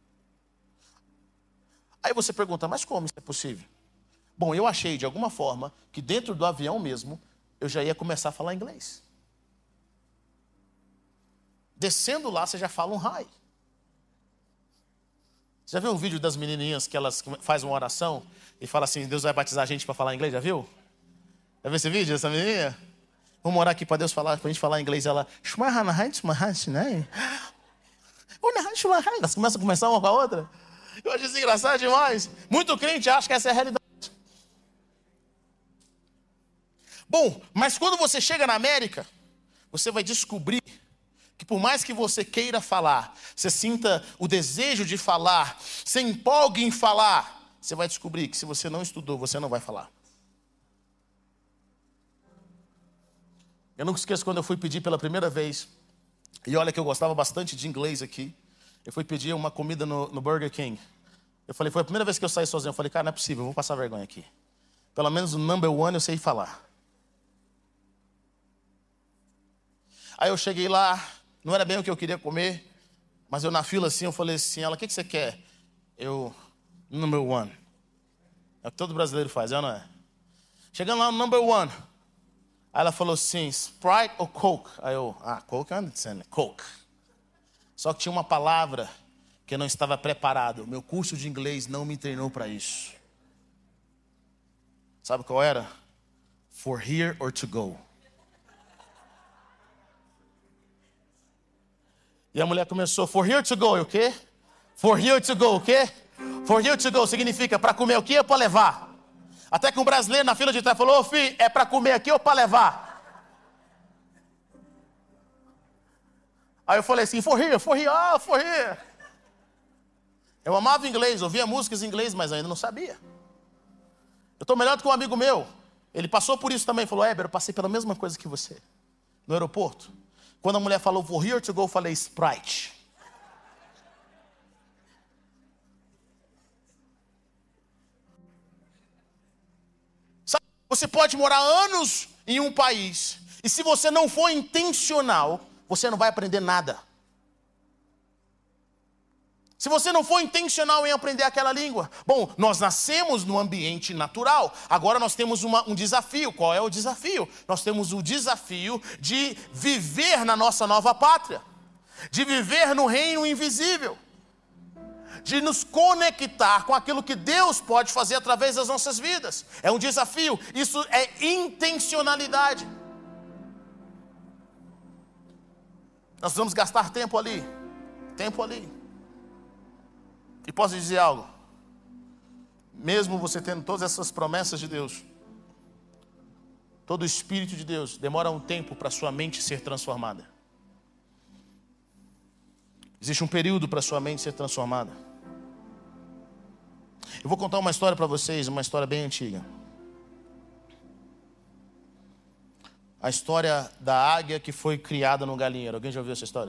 Aí você pergunta, mas como isso é possível? Bom, eu achei de alguma forma que dentro do avião mesmo, eu já ia começar a falar inglês. Descendo lá, você já fala um hi. Você já viu um vídeo das menininhas que elas fazem uma oração e falam assim, Deus vai batizar a gente para falar inglês? Já viu? Já viu esse vídeo dessa menininha? Vamos orar aqui para Deus falar, para a gente falar inglês. Ela, elas começam a conversar uma com a outra. Eu acho isso engraçado demais. Muito crente acha que essa é a realidade. Bom, mas quando você chega na América, você vai descobrir que por mais que você queira falar, você sinta o desejo de falar, se empolgue em falar, você vai descobrir que se você não estudou, você não vai falar. Eu nunca esqueço quando eu fui pedir pela primeira vez, e olha que eu gostava bastante de inglês aqui, eu fui pedir uma comida no, no Burger King. Eu falei, foi a primeira vez que eu saí sozinho, eu falei, cara, não é possível, eu vou passar vergonha aqui. Pelo menos o number one eu sei falar. Aí eu cheguei lá, não era bem o que eu queria comer, mas eu na fila assim, eu falei assim, ela, o que, que você quer? Eu, number one. É o que todo brasileiro faz, é ou não é? Chegando lá no number one, aí ela falou assim, Sprite ou Coke? Aí eu, ah, Coke, eu understand, Coke. Só que tinha uma palavra que eu não estava preparado. Meu curso de inglês não me treinou para isso. Sabe qual era? For here or to go. E a mulher começou, for here to go, o quê? For here to go, o quê? For here to go significa para comer o quê ou para levar? Até que um brasileiro na fila de trás falou, ô filho, é para comer aqui ou para levar? Aí eu falei assim, for here, for here, ah, for here. Eu amava inglês, ouvia músicas em inglês, mas ainda não sabia. Eu estou melhor do que um amigo meu. Ele passou por isso também, falou, Éber, eu passei pela mesma coisa que você. No aeroporto. Quando a mulher falou, for here to go, eu falei, Sprite. Sabe, você pode morar anos em um país, e se você não for intencional, você não vai aprender nada. Se você não for intencional em aprender aquela língua. Bom, nós nascemos no ambiente natural. Agora nós temos uma, um desafio. Qual é o desafio? Nós temos o desafio de viver na nossa nova pátria. De viver no reino invisível. De nos conectar com aquilo que Deus pode fazer através das nossas vidas. É um desafio. Isso é intencionalidade. Nós vamos gastar tempo ali. Tempo ali. E posso dizer algo? Mesmo você tendo todas essas promessas de Deus, todo o Espírito de Deus, demora um tempo para sua mente ser transformada. Existe um período para sua mente ser transformada. Eu vou contar uma história para vocês, uma história bem antiga. A história da águia que foi criada no galinheiro. Alguém já ouviu essa história?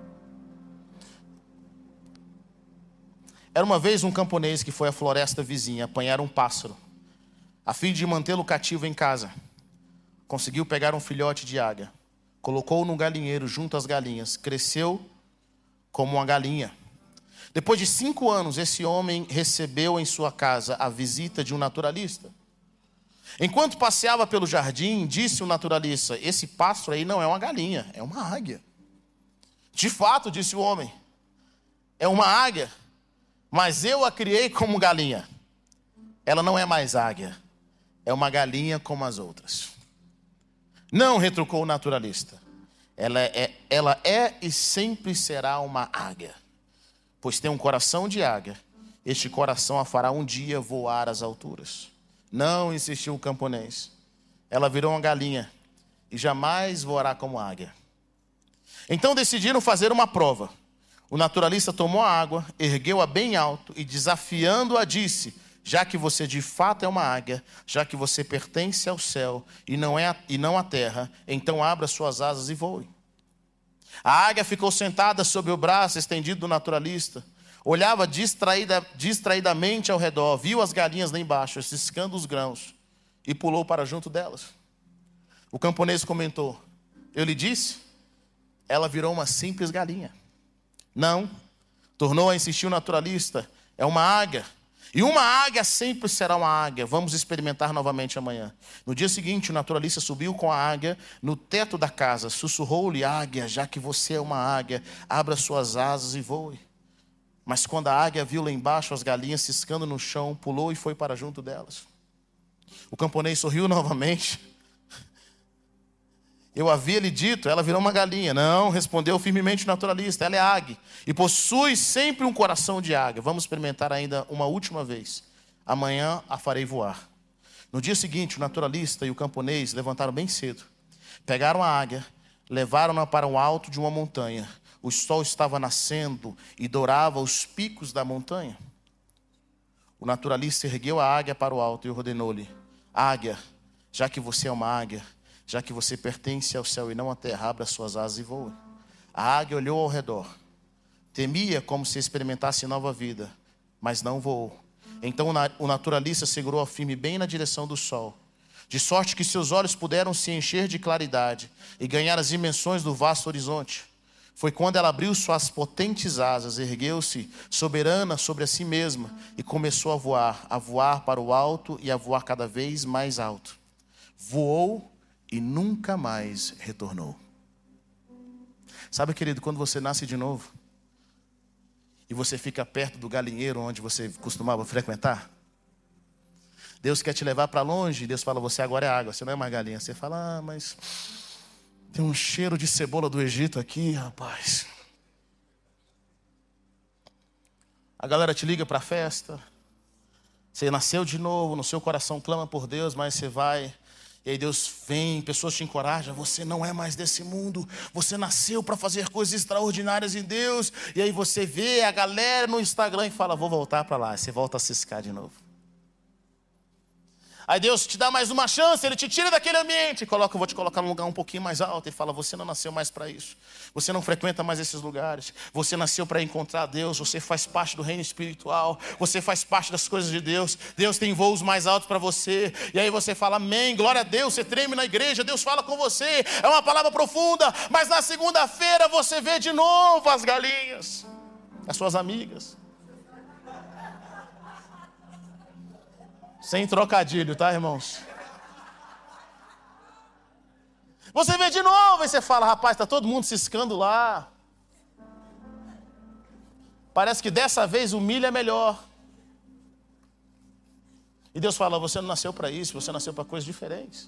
Era uma vez um camponês que foi à floresta vizinha apanhar um pássaro, a fim de mantê-lo cativo em casa. Conseguiu pegar um filhote de águia, colocou-o no galinheiro junto às galinhas, cresceu como uma galinha. Depois de cinco anos, esse homem recebeu em sua casa a visita de um naturalista. Enquanto passeava pelo jardim, disse o naturalista, esse pássaro aí não é uma galinha, é uma águia. De fato, disse o homem, é uma águia. Mas eu a criei como galinha. Ela não é mais águia. É uma galinha como as outras. Não, retrucou o naturalista. Ela é, ela é e sempre será uma águia. Pois tem um coração de águia. Este coração a fará um dia voar às alturas. Não, insistiu o camponês. Ela virou uma galinha e jamais voará como águia. Então decidiram fazer uma prova. O naturalista tomou a água, ergueu-a bem alto e, desafiando-a, disse: já que você de fato é uma águia, já que você pertence ao céu e não, é a, e não à terra, então abra suas asas e voe. A águia ficou sentada sob o braço estendido do naturalista, olhava distraída, distraidamente ao redor, viu as galinhas lá embaixo, ciscando os grãos, e pulou para junto delas. O camponês comentou: eu lhe disse, ela virou uma simples galinha. Não, tornou a insistir o naturalista, é uma águia. E uma águia sempre será uma águia. Vamos experimentar novamente amanhã. No dia seguinte, o naturalista subiu com a águia no teto da casa. Sussurrou-lhe: águia, já que você é uma águia, abra suas asas e voe. Mas quando a águia viu lá embaixo as galinhas ciscando no chão, pulou e foi para junto delas. O camponês sorriu novamente. Eu havia lhe dito, ela virou uma galinha. Não, respondeu firmemente o naturalista, ela é águia e possui sempre um coração de águia. Vamos experimentar ainda uma última vez. Amanhã a farei voar. No dia seguinte, o naturalista e o camponês levantaram bem cedo. Pegaram a águia, levaram-na para o alto de uma montanha. O sol estava nascendo e dourava os picos da montanha. O naturalista ergueu a águia para o alto e ordenou-lhe: águia, já que você é uma águia, já que você pertence ao céu e não à terra, abra suas asas e voe. A águia olhou ao redor. Temia como se experimentasse nova vida, mas não voou. Então o naturalista segurou a firme bem na direção do sol, de sorte que seus olhos puderam se encher de claridade e ganhar as dimensões do vasto horizonte. Foi quando ela abriu suas potentes asas, ergueu-se soberana sobre a si mesma e começou a voar, a voar para o alto e a voar cada vez mais alto. Voou e nunca mais retornou. Sabe, querido, quando você nasce de novo e você fica perto do galinheiro onde você costumava frequentar, Deus quer te levar para longe. Deus fala: você agora é água, você não é mais galinha. Você fala: ah, mas tem um cheiro de cebola do Egito aqui, rapaz. A galera te liga para a festa, você nasceu de novo, no seu coração clama por Deus, mas você vai... E aí Deus vem, pessoas te encorajam: você não é mais desse mundo, você nasceu para fazer coisas extraordinárias em Deus. E aí você vê a galera no Instagram e fala: vou voltar para lá. Você volta a ciscar de novo. Aí Deus te dá mais uma chance, Ele te tira daquele ambiente e coloca: eu vou te colocar num lugar um pouquinho mais alto. E fala: você não nasceu mais para isso, você não frequenta mais esses lugares, você nasceu para encontrar Deus, você faz parte do reino espiritual, você faz parte das coisas de Deus, Deus tem voos mais altos para você. E aí você fala: amém, glória a Deus. Você treme na igreja, Deus fala com você, é uma palavra profunda. Mas na segunda-feira você vê de novo as galinhas, as suas amigas. Sem trocadilho, tá, irmãos? Você vê de novo e você fala: rapaz, está todo mundo ciscando lá. Parece que dessa vez o milho é melhor. E Deus fala: você não nasceu para isso, você nasceu para coisas diferentes.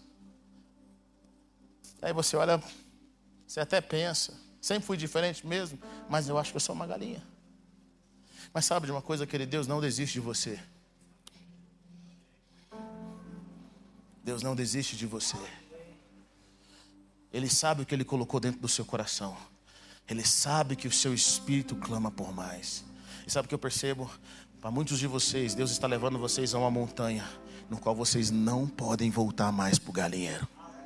Aí você olha, você até pensa: sempre fui diferente mesmo, mas eu acho que eu sou uma galinha. Mas sabe de uma coisa, querido? Deus não desiste de você. Deus não desiste de você. Ele sabe o que Ele colocou dentro do seu coração. Ele sabe que o seu espírito clama por mais. E sabe o que eu percebo? Para muitos de vocês, Deus está levando vocês a uma montanha no qual vocês não podem voltar mais para o galinheiro.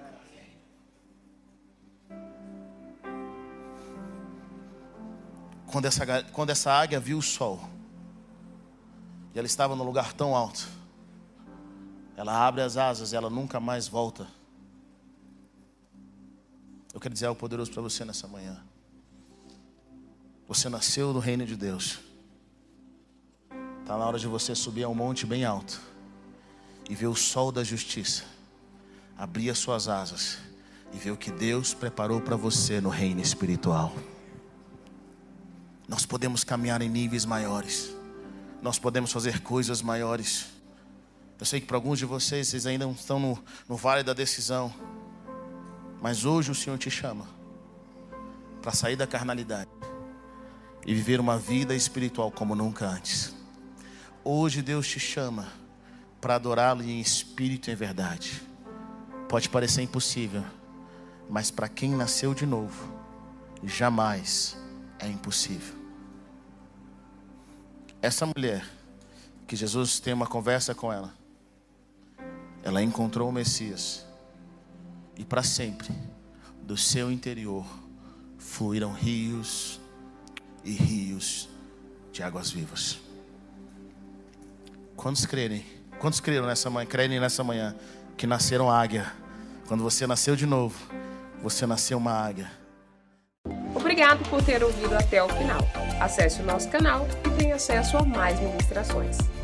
Quando essa, quando essa águia viu o sol e ela estava num lugar tão alto, ela abre as asas e ela nunca mais volta. Eu quero dizer algo poderoso para você nessa manhã. Você nasceu no reino de Deus. Está na hora de você subir a um monte bem alto e ver o sol da justiça, abrir as suas asas e ver o que Deus preparou para você no reino espiritual. Nós podemos caminhar em níveis maiores. Nós podemos fazer coisas maiores. Eu sei que para alguns de vocês, vocês ainda estão no, no vale da decisão. Mas hoje o Senhor te chama para sair da carnalidade e viver uma vida espiritual como nunca antes. Hoje Deus te chama para adorá-lo em espírito e em verdade. Pode parecer impossível, mas para quem nasceu de novo, jamais é impossível. Essa mulher, que Jesus tem uma conversa com ela, ela encontrou o Messias. E para sempre, do seu interior, fluíram rios e rios de águas vivas. Quantos crerem? Quantos creram nessa manhã, creem nessa manhã que nasceram águia? Quando você nasceu de novo, você nasceu uma águia. Obrigado por ter ouvido até o final. Acesse o nosso canal e tenha acesso a mais ministrações.